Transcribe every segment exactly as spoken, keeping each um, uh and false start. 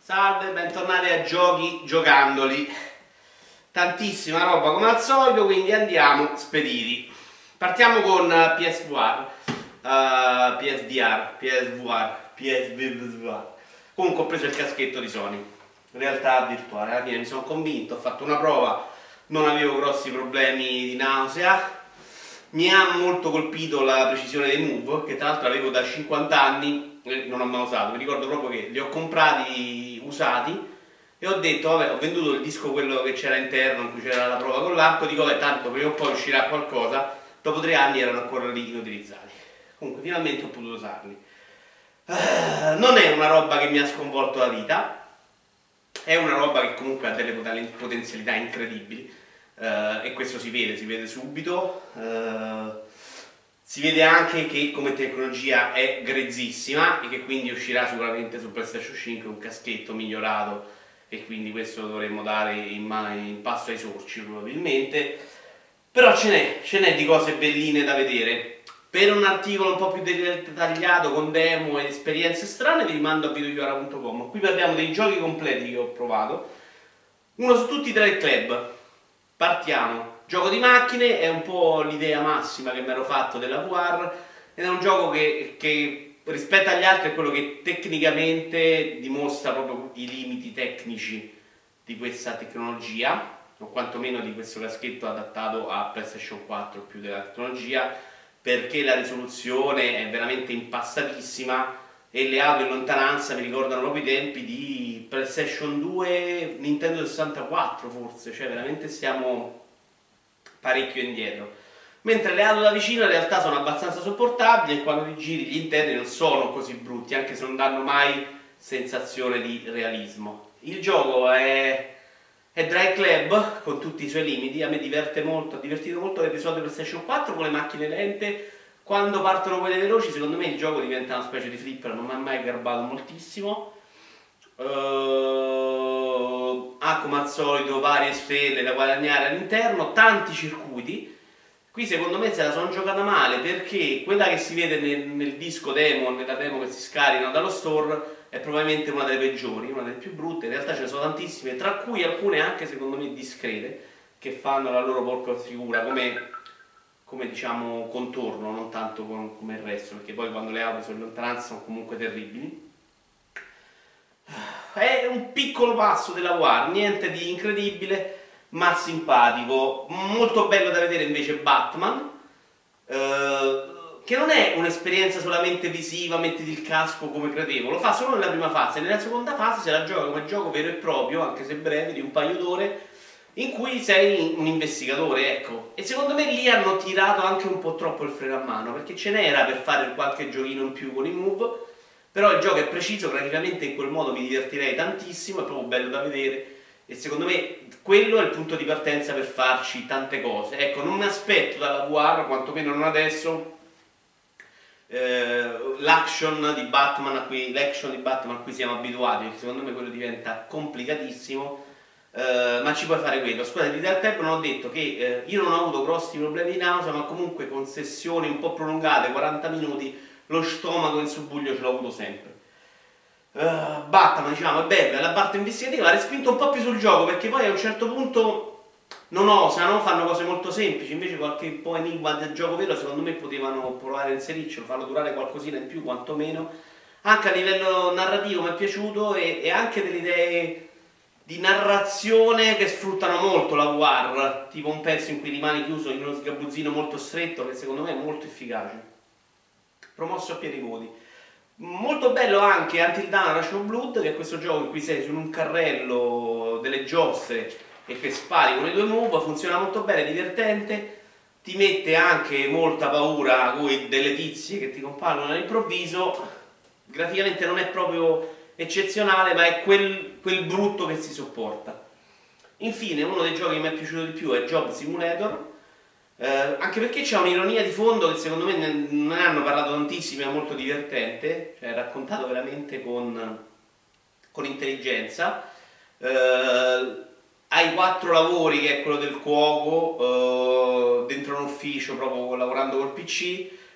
Salve, bentornati a Giochi Giocandoli. Tantissima roba come al solito, quindi andiamo spediti. Partiamo con P S V R, uh, P S V R, P S V R, P S V R. Comunque ho preso il caschetto di Sony, realtà virtuale. Alla fine mi sono convinto, ho fatto una prova, non avevo grossi problemi di nausea. Mi ha molto colpito la precisione dei move, che tra l'altro avevo da cinquanta anni e non ho mai usato. Mi ricordo proprio che li ho comprati usati e ho detto, vabbè, ho venduto il disco quello che c'era interno, in cui c'era la prova con l'arco, dico, vabbè, tanto prima o poi uscirà qualcosa. Dopo tre anni erano ancora lì inutilizzati. Comunque finalmente ho potuto usarli. Uh, non è una roba che mi ha sconvolto la vita, è una roba che comunque ha delle potenzialità incredibili. Uh, e questo si vede, si vede subito, uh, si vede anche che come tecnologia è grezzissima e che quindi uscirà sicuramente su PlayStation cinque un caschetto migliorato e quindi questo lo dovremmo dare in, in pasto ai sorci probabilmente, però ce n'è, ce n'è di cose belline da vedere. Per un articolo un po' più dettagliato con demo ed esperienze strane vi rimando a videochiara punto com. Qui parliamo dei giochi completi che ho provato, uno su tutti tra il club. Partiamo, gioco di macchine, è un po' l'idea massima che mi ero fatto della V R ed è un gioco che, che rispetto agli altri è quello che tecnicamente dimostra proprio i limiti tecnici di questa tecnologia, o quantomeno di questo caschetto adattato a PlayStation quattro più della tecnologia, perché la risoluzione è veramente impastatissima e le audio in lontananza mi ricordano proprio i tempi di PlayStation due, Nintendo sessantaquattro forse, cioè veramente stiamo parecchio indietro. Mentre le audio da vicino in realtà sono abbastanza sopportabili e quando ti giri gli interni non sono così brutti, anche se non danno mai sensazione di realismo. Il gioco è, è Drive Club con tutti i suoi limiti, a me diverte molto, ha divertito molto l'episodio PlayStation quattro con le macchine lente. Quando partono quelle veloci, secondo me il gioco diventa una specie di flipper, non mi ha mai garbato moltissimo. Uh, ha come al solito varie stelle da guadagnare all'interno, tanti circuiti. Qui secondo me se la sono giocata male perché quella che si vede nel, nel disco demo, nella demo che si scaricano dallo store, è probabilmente una delle peggiori, una delle più brutte. In realtà ce ne sono tantissime, tra cui alcune anche secondo me discrete, che fanno la loro porca figura, come... come diciamo contorno, non tanto come il resto, perché poi quando le auto sono in lontananza sono comunque terribili. È un piccolo passo della V R, niente di incredibile, ma simpatico. Molto bello da vedere invece Batman, eh, che non è un'esperienza solamente visiva, mettiti il casco come credevo, lo fa solo nella prima fase, nella seconda fase se la gioca come gioco vero e proprio, anche se breve, di un paio d'ore, in cui sei un investigatore, ecco. E secondo me lì hanno tirato anche un po' troppo il freno a mano, perché ce n'era per fare qualche giochino in più con i move, però il gioco è preciso, praticamente in quel modo mi divertirei tantissimo, è proprio bello da vedere, e secondo me quello è il punto di partenza per farci tante cose. Ecco, non mi aspetto dalla V R, quantomeno non adesso, eh, l'action di Batman a cui, l'action di Batman a cui siamo abituati, perché secondo me quello diventa complicatissimo. Uh, ma ci puoi fare quello. Scusate, di Drive Club non ho detto che uh, io non ho avuto grossi problemi di nausea, ma comunque con sessioni un po' prolungate, quaranta minuti, lo stomaco in subbuglio ce l'ho avuto sempre. Uh, Batman, diciamo, è bella, la parte investigativa ha respinto un po' più sul gioco, perché poi a un certo punto non osano, fanno cose molto semplici, invece qualche po' enigma del gioco vero secondo me potevano provare a inserircelo, farlo durare qualcosina in più quantomeno. Anche a livello narrativo mi è piaciuto e, e anche delle idee di narrazione che sfruttano molto la V R, tipo un pezzo in cui rimani chiuso in uno sgabuzzino molto stretto che secondo me è molto efficace, promosso a pieni voti. Molto bello anche Until Dawn Rush of Blood, che è questo gioco in cui sei su un carrello delle giostre e che spari con i due move, funziona molto bene, è divertente, ti mette anche molta paura con delle tizie che ti compaiono all'improvviso. Graficamente non è proprio eccezionale, ma è quel, quel brutto che si sopporta. Infine, uno dei giochi che mi è piaciuto di più è Job Simulator, eh, anche perché c'è un'ironia di fondo che secondo me non ne hanno parlato tantissimo, è molto divertente, cioè è raccontato veramente con, con intelligenza. Eh, hai quattro lavori, che è quello del cuoco, eh, dentro un ufficio proprio lavorando col P C,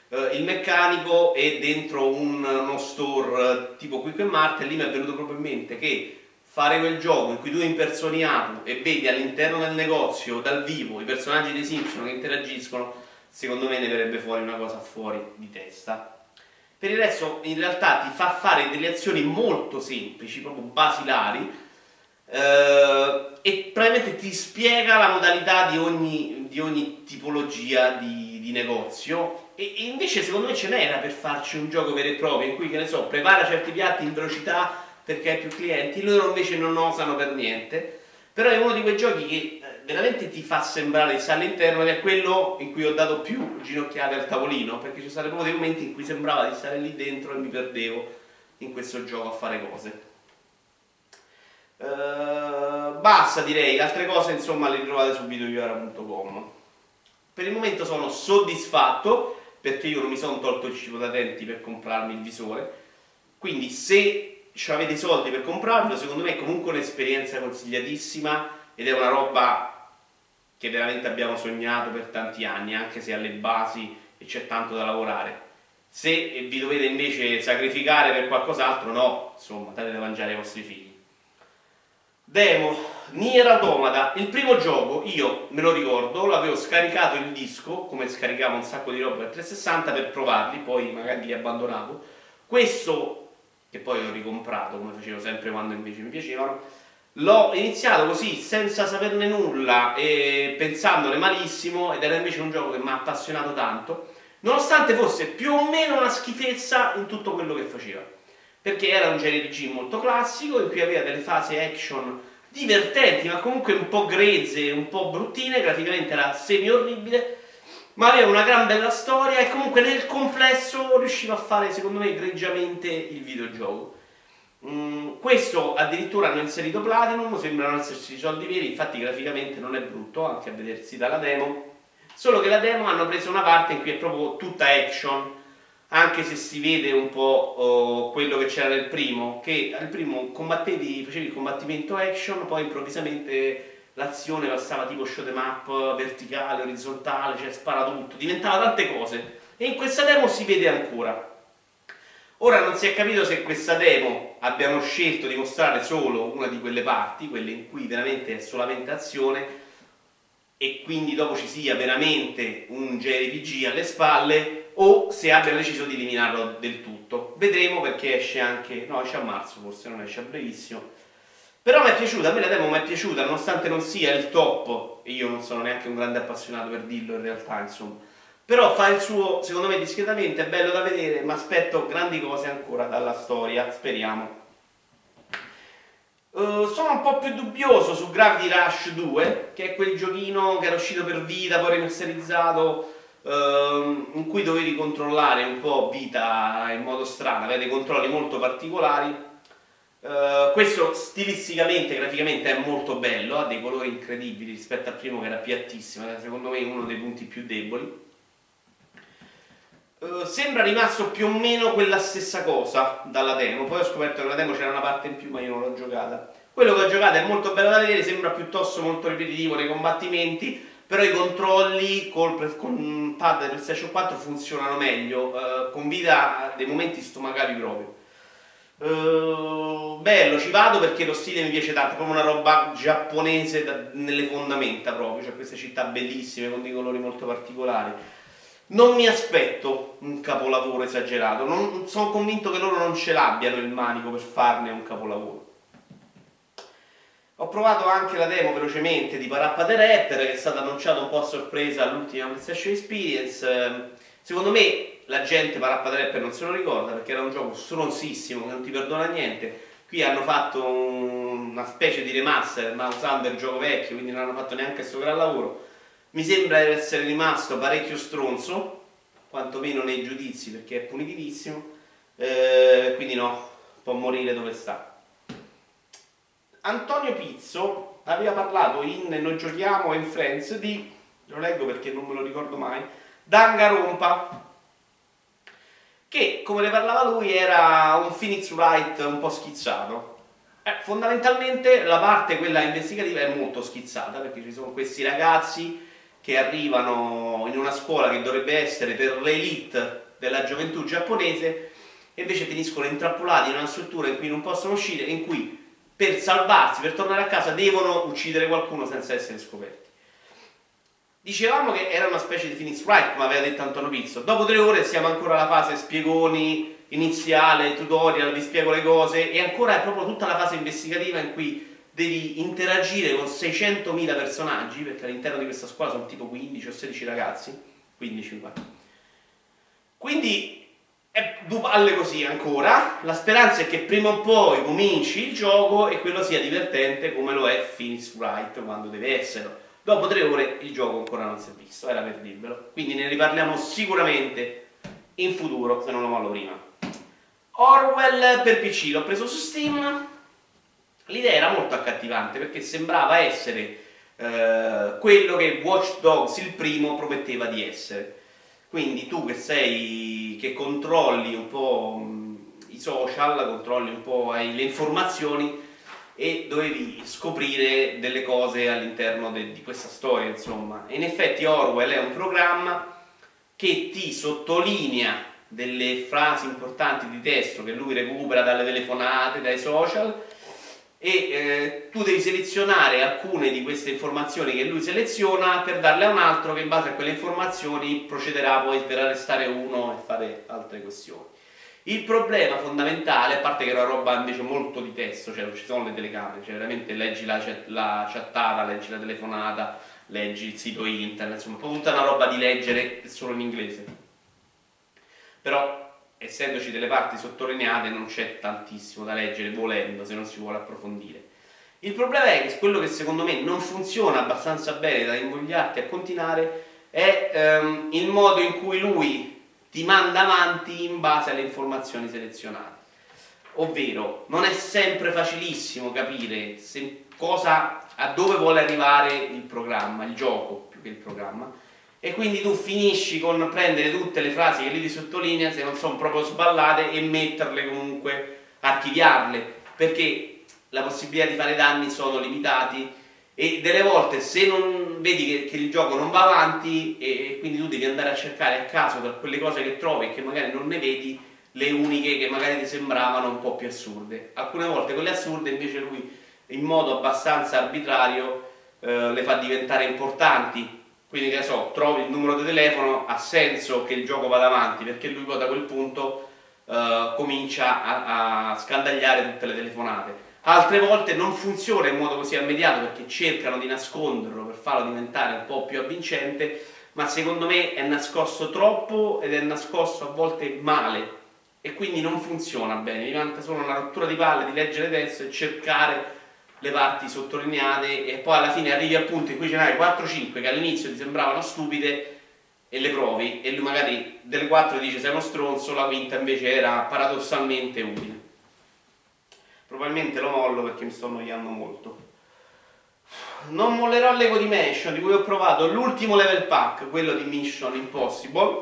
eh, il meccanico è dentro un, uno store eh, tipo Quick and Mart, e lì mi è venuto proprio in mente che fare quel gioco in cui tu impersoni Apu e vedi all'interno del negozio dal vivo i personaggi dei Simpson che interagiscono, secondo me ne verrebbe fuori una cosa fuori di testa. Per il resto in realtà ti fa fare delle azioni molto semplici, proprio basilari, eh, e probabilmente ti spiega la modalità di ogni, di ogni tipologia di, di negozio, e, e invece secondo me ce n'era per farci un gioco vero e proprio in cui, che ne so, prepara certi piatti in velocità perché hai più clienti. Loro invece non osano per niente, però è uno di quei giochi che veramente ti fa sembrare di stare all'interno, ed è quello in cui ho dato più ginocchiate al tavolino, perché ci sono proprio dei momenti in cui sembrava di stare lì dentro e mi perdevo in questo gioco a fare cose. Uh, basta, direi, altre cose insomma le trovate su videoiara punto com. Per il momento sono soddisfatto perché io non mi sono tolto il cibo da denti per comprarmi il visore, quindi se avete i soldi per comprarlo, secondo me è comunque un'esperienza consigliatissima, ed è una roba che veramente abbiamo sognato per tanti anni, anche se alle basi e c'è tanto da lavorare. Se vi dovete invece sacrificare per qualcos'altro, no, insomma, date da mangiare ai vostri figli. Demo, Nier Automata, il primo gioco, io me lo ricordo, l'avevo scaricato il disco, come scaricavo un sacco di roba per trecentosessanta per provarli, poi magari li abbandonavo. Questo, che poi ho ricomprato, come facevo sempre quando invece mi piacevano, l'ho iniziato così, senza saperne nulla e pensandone malissimo, ed era invece un gioco che mi ha appassionato tanto, nonostante fosse più o meno una schifezza in tutto quello che faceva, perché era un J R P G molto classico in cui aveva delle fasi action divertenti, ma comunque un po' grezze, un po' bruttine, graficamente era semi orribile, ma aveva una gran bella storia e comunque nel complesso riusciva a fare, secondo me, egregiamente il videogioco. Mm, questo addirittura hanno inserito Platinum, sembrano esserci i soldi veri, infatti graficamente non è brutto, anche a vedersi dalla demo, solo che la demo hanno preso una parte in cui è proprio tutta action, anche se si vede un po' oh, quello che c'era nel primo, che al primo combattevi, facevi il combattimento action, poi improvvisamente l'azione passava tipo shoot 'em up, verticale, orizzontale, cioè spara tutto, diventava tante cose, e in questa demo si vede ancora. Ora non si è capito se questa demo abbiano scelto di mostrare solo una di quelle parti, quelle in cui veramente è solamente azione, e quindi dopo ci sia veramente un J R P G alle spalle, o se abbiano deciso di eliminarlo del tutto. Vedremo, perché esce anche, no, esce a marzo, forse non esce a brevissimo. Però mi è piaciuta, a me la demo mi è piaciuta, nonostante non sia il top, e io non sono neanche un grande appassionato per dirlo in realtà, insomma. Però fa il suo, secondo me, discretamente, è bello da vedere, ma aspetto grandi cose ancora dalla storia, speriamo. Uh, sono un po' più dubbioso su Gravity Rush due, che è quel giochino che era uscito per Vita, poi remasterizzato, uh, in cui dovevi controllare un po' Vita in modo strano, aveva dei controlli molto particolari. Uh, questo stilisticamente, graficamente è molto bello, ha dei colori incredibili rispetto al primo che era piattissimo, era secondo me uno dei punti più deboli. Uh, sembra rimasto più o meno quella stessa cosa dalla demo, poi ho scoperto che nella demo c'era una parte in più ma io non l'ho giocata. Quello che ho giocato è molto bello da vedere, sembra piuttosto molto ripetitivo nei combattimenti, però i controlli col, con pad del PlayStation quattro funzionano meglio, uh, con Vita dei momenti stomacati proprio. Uh, bello, ci vado perché lo stile mi piace tanto, proprio una roba giapponese da, nelle fondamenta proprio, cioè queste città bellissime con dei colori molto particolari. Non mi aspetto un capolavoro esagerato, non, sono convinto che loro non ce l'abbiano il manico per farne un capolavoro. Ho provato anche la demo velocemente di Parappa the Rapper, che è stata annunciata un po' a sorpresa all'ultima PlayStation Experience. Secondo me la gente Parappa the Rapper non se lo ricorda perché era un gioco stronzissimo che non ti perdona niente. Qui hanno fatto un, una specie di remaster ma usando il gioco vecchio, quindi non hanno fatto neanche questo gran lavoro. Mi sembra di essere rimasto parecchio stronzo, quantomeno nei giudizi, perché è punitivissimo, eh, quindi no, può morire dove sta. Antonio Pizzo aveva parlato in Noi Giochiamo e in Friends di, lo leggo perché non me lo ricordo mai, Danganronpa, che come ne parlava lui era un Phoenix Wright un po' schizzato. Eh, fondamentalmente la parte, quella investigativa, è molto schizzata, perché ci sono questi ragazzi che arrivano in una scuola che dovrebbe essere per l'elite della gioventù giapponese e invece finiscono intrappolati in una struttura in cui non possono uscire e in cui per salvarsi, per tornare a casa, devono uccidere qualcuno senza essere scoperti. Dicevamo che era una specie di Phoenix Wright, come aveva detto Antonio Pizzo. Dopo tre ore siamo ancora alla fase spiegoni, iniziale, tutorial, vi spiego le cose, e ancora è proprio tutta la fase investigativa in cui devi interagire con seicentomila personaggi, perché all'interno di questa scuola sono tipo quindici o sedici ragazzi, quindici qua. Quindi è due palle così ancora. La speranza è che prima o poi cominci il gioco e quello sia divertente come lo è Phoenix Wright quando deve essere. Dopo tre ore il gioco ancora non si è visto, era per dirvelo. Quindi ne riparliamo sicuramente in futuro, se non lo mollo prima. Orwell per P C, l'ho preso su Steam. L'idea era molto accattivante perché sembrava essere eh, quello che Watch Dogs il primo prometteva di essere. Quindi tu che sei, che controlli un po' mh, i social, controlli un po' le informazioni e dovevi scoprire delle cose all'interno di questa storia, insomma. E in effetti Orwell è un programma che ti sottolinea delle frasi importanti di testo che lui recupera dalle telefonate, dai social, e eh, tu devi selezionare alcune di queste informazioni che lui seleziona per darle a un altro che in base a quelle informazioni procederà poi per arrestare uno e fare altre questioni. Il problema fondamentale, a parte che è una roba invece molto di testo, cioè non ci sono le telecamere, cioè veramente leggi la, la chattata, leggi la telefonata, leggi il sito internet, insomma, tutta una roba di leggere solo in inglese. Però essendoci delle parti sottolineate non c'è tantissimo da leggere volendo, se non si vuole approfondire. Il problema è che quello che secondo me non funziona abbastanza bene da invogliarti a continuare è ehm, il modo in cui lui ti manda avanti in base alle informazioni selezionate. Ovvero, non è sempre facilissimo capire se cosa, a dove vuole arrivare il programma, il gioco più che il programma, e quindi tu finisci con prendere tutte le frasi che lui ti sottolinea, se non sono proprio sballate, e metterle comunque, archiviarle, perché la possibilità di fare danni sono limitati e delle volte se non vedi che, che il gioco non va avanti e quindi tu devi andare a cercare a caso tra quelle cose che trovi e che magari non ne vedi, le uniche che magari ti sembravano un po' più assurde. Alcune volte quelle assurde invece lui in modo abbastanza arbitrario eh, le fa diventare importanti. Quindi che ne so, trovi il numero di telefono, ha senso che il gioco vada avanti perché lui poi da quel punto eh, comincia a, a scandagliare tutte le telefonate. Altre volte non funziona in modo così immediato perché cercano di nasconderlo per farlo diventare un po' più avvincente, ma secondo me è nascosto troppo ed è nascosto a volte male e quindi non funziona bene, diventa solo una rottura di palle di leggere testo e cercare le parti sottolineate e poi alla fine arrivi al punto in cui ce n'hai quattro cinque che all'inizio ti sembravano stupide e le provi e lui magari delle quattro dice sei uno stronzo, la quinta invece era paradossalmente utile. Probabilmente lo mollo perché mi sto annoiando molto. Non mollerò l'Ego Dimension, di cui ho provato l'ultimo level pack, quello di Mission Impossible.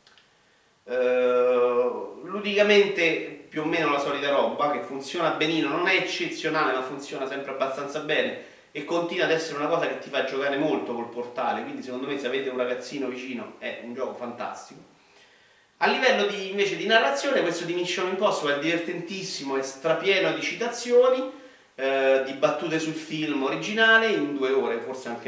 Uh, ludicamente più o meno la solita roba, che funziona benino, non è eccezionale ma funziona sempre abbastanza bene e continua ad essere una cosa che ti fa giocare molto col portale, quindi secondo me se avete un ragazzino vicino è un gioco fantastico. A livello di, invece di narrazione, questo di Mission Impossible è divertentissimo, è strapieno di citazioni, eh, di battute sul film originale, in due ore, forse anche